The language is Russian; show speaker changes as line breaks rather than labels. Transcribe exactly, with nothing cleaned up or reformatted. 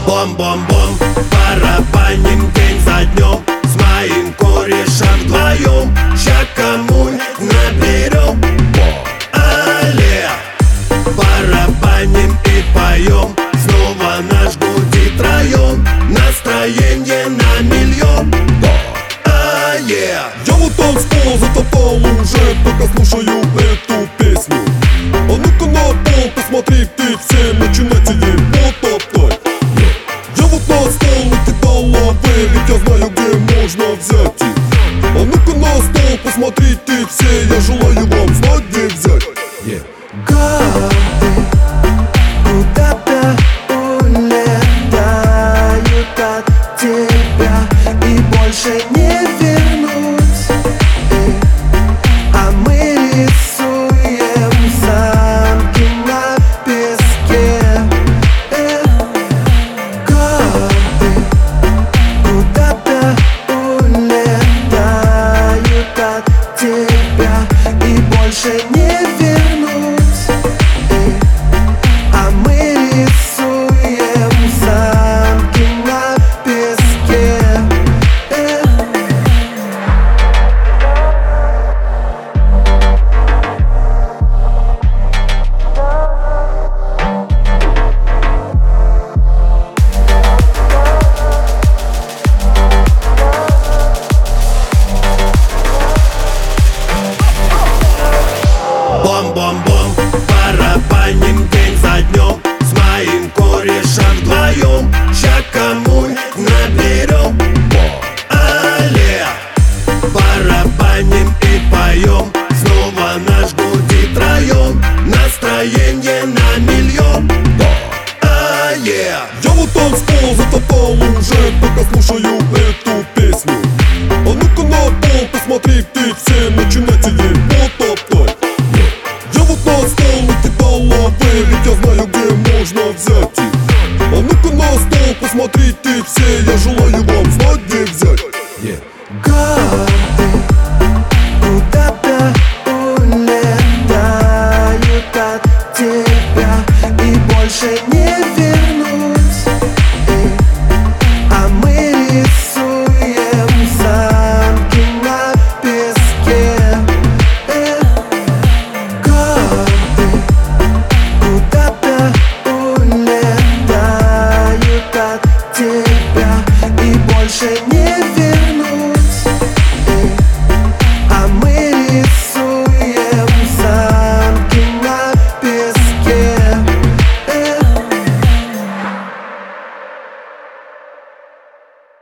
Бом-бом-бом, барабаним день за днем, с моим корешем вдвоем. Ща кому наберем, але барабаним и поем. Снова наш гудит район, настроение на миллион. А, yeah.
Я вот танцпол затопал уже, пока слушаю эту песню. А ну-ка на пол, посмотри, ты все начинайте ей потоптать. Я вот на стол накидал лавы, ведь я знаю, где можно взять их. А ну-ка на стол, посмотри, ты все, я желаю вам знать, где взять.
Yeah.
Годы куда-то улетают от тебя и больше не вернуть. А мы рисуем замки на песке. Годы куда-то улетают от тебя и больше не вернуть. А мы рисуем замки на песке.
Бом-бом-бом, барабаним день за днем, с моим корешем вдвоем. Ща кому наберем, але барабаним и поем. Снова наш гудит район, настроение на миллион. А, yeah.
Я вот танцпол затопал уже, пока слушаю эту песню. А ну-ка на пол, посмотри, ты все начинайте ей потоптать. Я вот на стол накидал лавы, ведь я знаю, где можно взять их. А ну-ка на стол, посмотри, ты все, я желаю вам знать, где взять.
Yeah.